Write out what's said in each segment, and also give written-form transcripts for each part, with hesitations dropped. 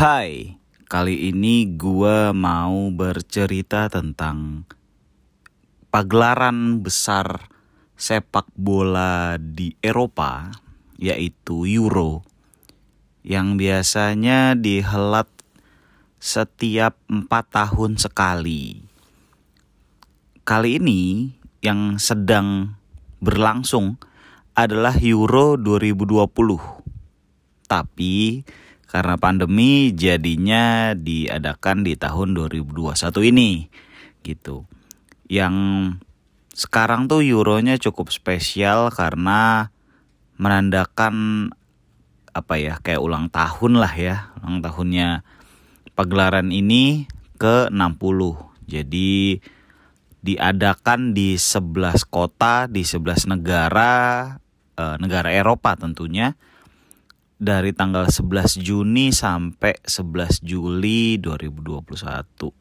Hai, kali ini gua mau bercerita tentang pagelaran besar sepak bola di Eropa, yaitu Euro, yang biasanya dihelat setiap 4 tahun sekali. Kali ini yang sedang berlangsung adalah Euro 2020. Tapi karena pandemi jadinya diadakan di tahun 2021 ini gitu. Yang sekarang tuh Euronya cukup spesial karena menandakan kayak ulang tahun lah ya. Ulang tahunnya pagelaran ini ke-60. Jadi diadakan di 11 kota, di 11 negara Eropa tentunya, dari tanggal 11 Juni sampai 11 Juli 2021.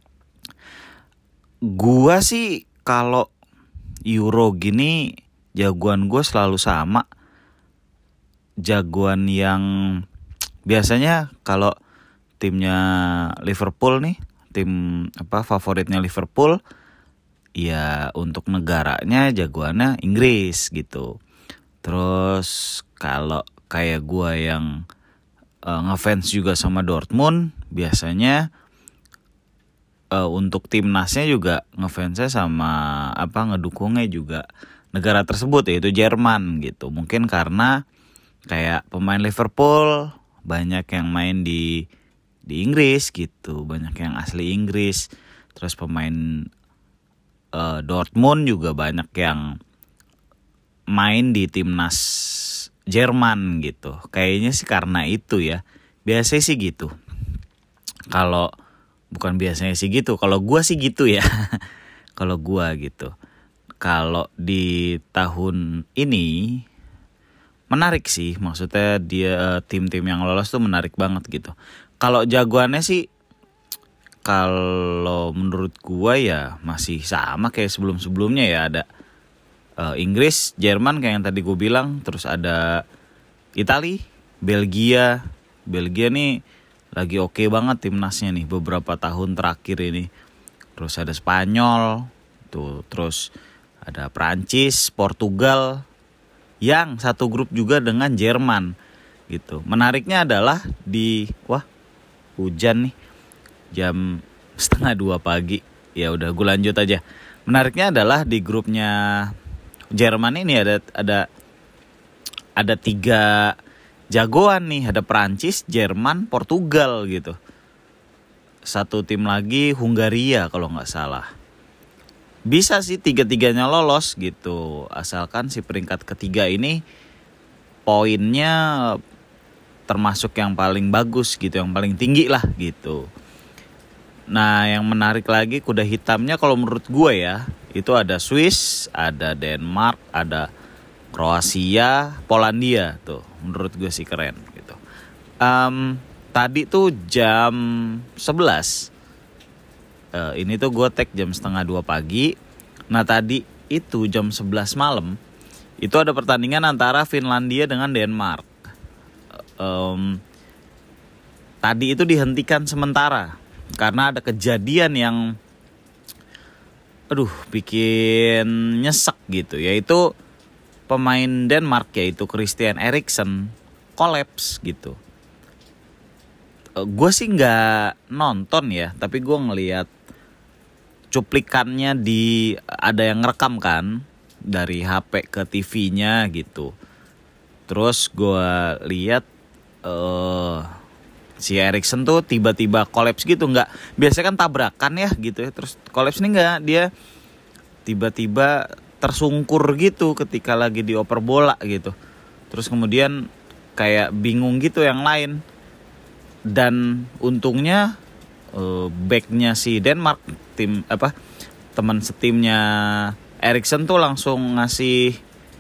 Gua sih kalau Euro gini jagoan gue selalu sama. Jagoan yang biasanya kalau timnya Liverpool nih, tim favoritnya Liverpool, ya untuk negaranya jagoannya Inggris gitu. Terus kalau kayak gue yang ngefans juga sama Dortmund, biasanya untuk timnasnya juga ngefansnya sama ngedukungnya juga negara tersebut, yaitu Jerman gitu. Mungkin karena kayak pemain Liverpool banyak yang main di Inggris gitu, banyak yang asli Inggris. Terus pemain Dortmund juga banyak yang main di timnas Jerman gitu. Kayaknya sih karena itu ya. Biasanya sih gitu. Kalau bukan biasanya sih gitu, kalau gua sih gitu ya. Kalau gua gitu. Kalau di tahun ini menarik sih, maksudnya dia tim-tim yang lolos tuh menarik banget gitu. Kalau jagoannya sih, kalau menurut gua ya masih sama kayak sebelum-sebelumnya ya. Ada Inggris, Jerman kayak yang tadi gue bilang, terus ada Italia, Belgia nih lagi oke banget timnasnya nih beberapa tahun terakhir ini. Terus ada Spanyol, tuh, terus ada Prancis, Portugal, yang satu grup juga dengan Jerman gitu. Menariknya adalah hujan nih jam 1:30 pagi. Ya udah gue lanjut aja. Menariknya adalah di grupnya Jerman ini ada 3 jagoan nih, ada Prancis, Jerman, Portugal gitu. Satu tim lagi Hungaria kalau nggak salah. Bisa sih 3-3-nya lolos gitu, asalkan si peringkat ketiga ini poinnya termasuk yang paling bagus gitu, yang paling tinggi lah gitu. Nah, yang menarik lagi kuda hitamnya kalau menurut gue ya, itu ada Swiss, ada Denmark, ada Kroasia, Polandia tuh. Menurut gue sih keren gitu. Tadi tuh jam 11. Ini tuh gue tag jam 1:30 pagi. Nah, tadi itu jam 11 malam itu ada pertandingan antara Finlandia dengan Denmark. Tadi itu dihentikan sementara karena ada kejadian yang bikin nyesek gitu, yaitu pemain Denmark yaitu Christian Eriksen kolaps gitu. Gue sih nggak nonton ya, tapi gue ngelihat cuplikannya ada yang ngerekam kan dari HP ke TV-nya gitu. Terus gue lihat si Eriksen tuh tiba-tiba kolaps gitu, nggak biasanya kan tabrakan ya gitu ya, terus kolaps nih nggak, dia tiba-tiba tersungkur gitu ketika lagi dioper bola gitu. Terus kemudian kayak bingung gitu yang lain, dan untungnya backnya si Denmark, teman setimnya Eriksen tuh langsung ngasih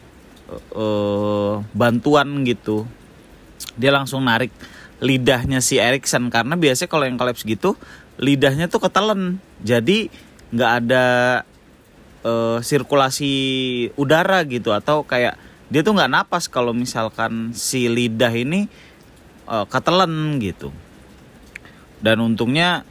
bantuan gitu. Dia langsung narik lidahnya si Eriksen, karena biasanya kalau yang kolaps gitu lidahnya tuh ketelen, jadi nggak ada sirkulasi udara gitu, atau kayak dia tuh nggak napas kalau misalkan si lidah ini ketelen gitu. Dan untungnya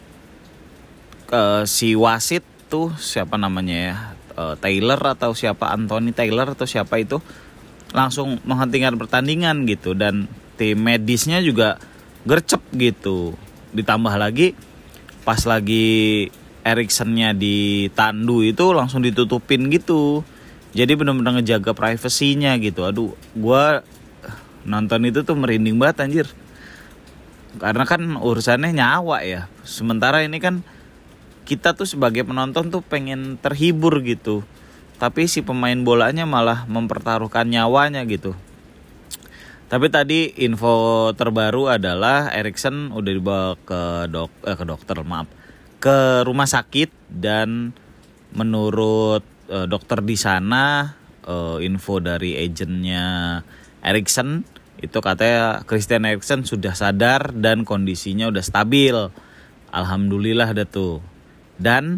si wasit tuh siapa namanya ya, Taylor atau siapa, Anthony Taylor atau siapa itu, langsung menghentikan pertandingan gitu. Dan tim medisnya juga gercep gitu. Ditambah lagi pas lagi Eriksennya ditandu itu langsung ditutupin gitu. Jadi benar-benar ngejaga privasinya gitu. Aduh, gue nonton itu tuh merinding banget anjir. Karena kan urusannya nyawa ya. Sementara ini kan kita tuh sebagai penonton tuh pengen terhibur gitu. Tapi si pemain bolanya malah mempertaruhkan nyawanya gitu. Tapi tadi info terbaru adalah Eriksen udah dibawa ke rumah sakit. Dan menurut dokter di sana, info dari agennya Eriksen itu katanya Christian Eriksen sudah sadar dan kondisinya udah stabil. Alhamdulillah dah tuh. Dan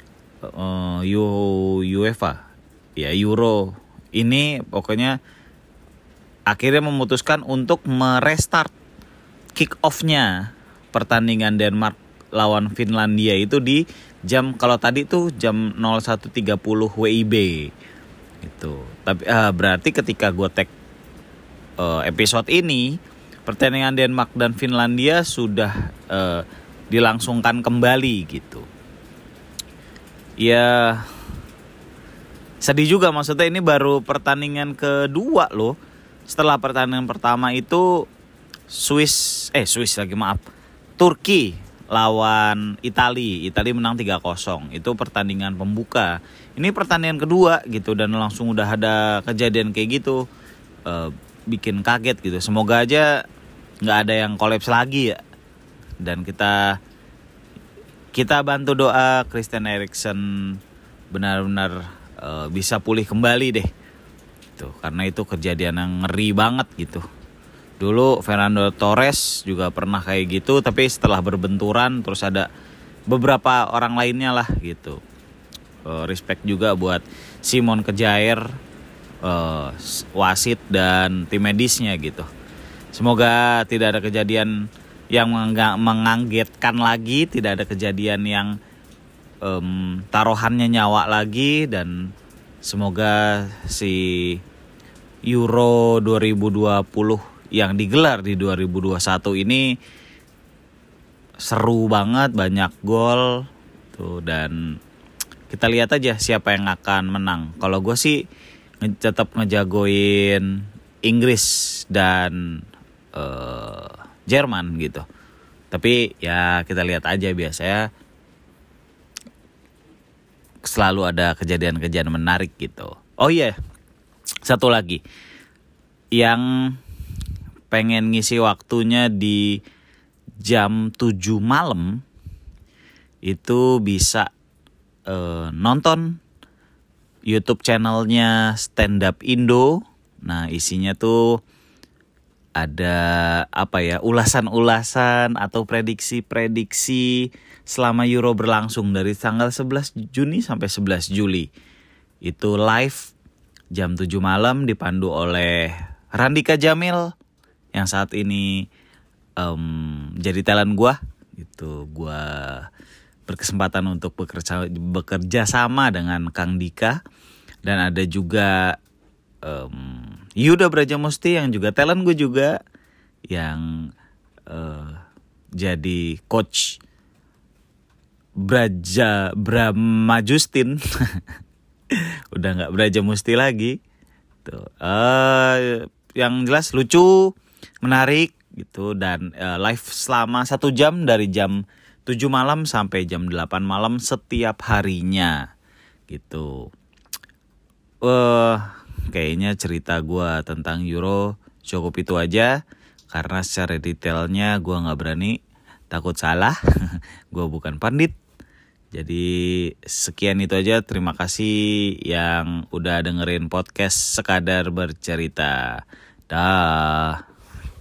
UEFA ya, Euro ini pokoknya akhirnya memutuskan untuk merestart kick off-nya pertandingan Denmark lawan Finlandia itu di jam, kalau tadi tuh jam 01.30 WIB gitu. Tapi berarti ketika gue tag episode ini, pertandingan Denmark dan Finlandia sudah dilangsungkan kembali gitu. Ya sedih juga, maksudnya ini baru pertandingan kedua loh. Setelah pertandingan pertama itu Turki lawan Italia menang 3-0. Itu pertandingan pembuka. Ini pertandingan kedua gitu, dan langsung udah ada kejadian kayak gitu. Bikin kaget gitu. Semoga aja nggak ada yang kolaps lagi ya. Dan kita bantu doa Christian Eriksen benar-benar bisa pulih kembali deh. Tuh, karena itu kejadian yang ngeri banget gitu. Dulu Fernando Torres juga pernah kayak gitu, tapi setelah berbenturan terus ada beberapa orang lainnya lah gitu. Respect juga buat Simon Kjaer, wasit dan tim medisnya gitu. Semoga tidak ada kejadian yang mengagetkan lagi, tidak ada kejadian yang taruhannya nyawa lagi, dan semoga si Euro 2020 yang digelar di 2021 ini seru banget, banyak gol tuh, dan kita lihat aja siapa yang akan menang. Kalau gue sih tetap ngejagoin Inggris dan Jerman gitu. Tapi ya kita lihat aja, biasanya selalu ada kejadian-kejadian menarik gitu. Oh iya, satu lagi yang pengen ngisi waktunya di jam 7 malam itu bisa nonton YouTube channelnya Stand Up Indo. Nah, isinya tuh ada ulasan-ulasan atau prediksi-prediksi selama Euro berlangsung dari tanggal 11 Juni sampai 11 Juli. Itu live jam 7 malam dipandu oleh Randika Jamil yang saat ini jadi talent gue gitu. Gue berkesempatan untuk bekerja sama dengan Kang Dika, dan ada juga Yuda Brajamusti yang juga talent gue juga, yang jadi coach Brahma Justin. Udah nggak Brajamusti lagi tuh. Yang jelas lucu, menarik gitu, dan live selama 1 jam dari jam 7 malam sampai jam 8 malam setiap harinya gitu. Kayaknya cerita gue tentang Euro cukup itu aja, karena secara detailnya gue gak berani, takut salah. Gue bukan pandit. Jadi sekian itu aja. Terima kasih yang udah dengerin podcast Sekadar Bercerita. Dah.